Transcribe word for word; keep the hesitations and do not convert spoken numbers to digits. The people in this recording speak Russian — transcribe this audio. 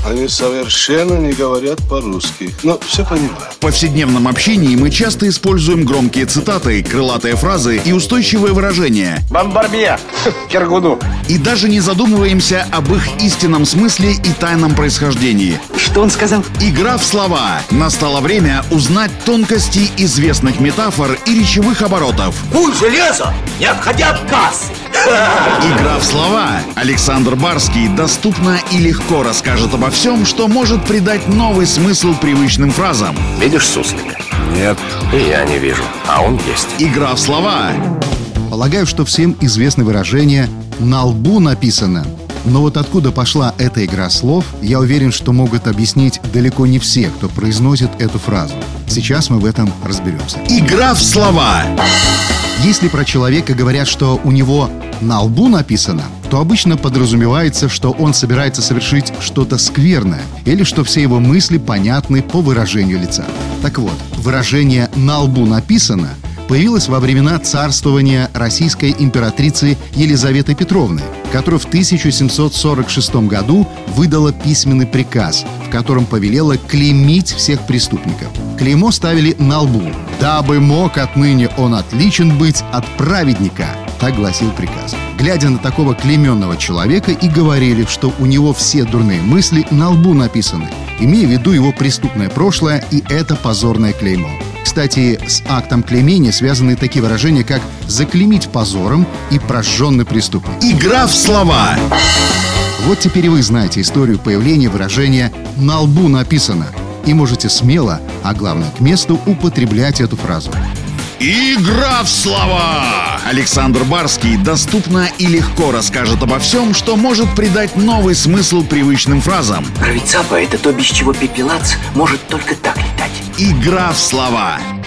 Они совершенно не говорят по-русски, но все понимаю. В повседневном общении мы часто используем громкие цитаты, крылатые фразы и устойчивые выражения. Бомбарбье, Киргуду. И даже не задумываемся об их истинном смысле и тайном происхождении. Что он сказал? Игра в слова. Настало время узнать тонкости известных метафор и речевых оборотов. Куй железо, не отходя от кассы. Игра в слова. Александр Барский доступно и легко расскажет обо всем, что может придать новый смысл привычным фразам. Видишь суслика? Нет. И я не вижу, а он есть. Игра в слова. Полагаю, что всем известно выражение «на лбу написано». Но вот откуда пошла эта игра слов, я уверен, что могут объяснить далеко не все, кто произносит эту фразу. Сейчас мы в этом разберемся. Игра в слова. Если про человека говорят, что у него на лбу написано, то обычно подразумевается, что он собирается совершить что-то скверное или что все его мысли понятны по выражению лица. Так вот, выражение «на лбу написано» появилось во времена царствования российской императрицы Елизаветы Петровны, которая в тысяча семьсот сорок шестом году выдала письменный приказ, в котором повелела клеймить всех преступников. Клеймо ставили на лбу, дабы мог отныне он отличен быть от праведника, так гласил приказ. Глядя на такого клейменного человека, и говорили, что у него все дурные мысли на лбу написаны, имея в виду его преступное прошлое и это позорное клеймо. Кстати, с актом клеймения связаны такие выражения, как «заклеймить позором» и «прожженный преступник». Игра в слова. Вот теперь вы знаете историю появления выражения «на лбу написано» и можете смело, а главное к месту, употреблять эту фразу. Игра в слова. Александр Барский доступно и легко расскажет обо всем, что может придать новый смысл привычным фразам. Равицапа — это то, без чего пепелац может только так летать. Игра в слова.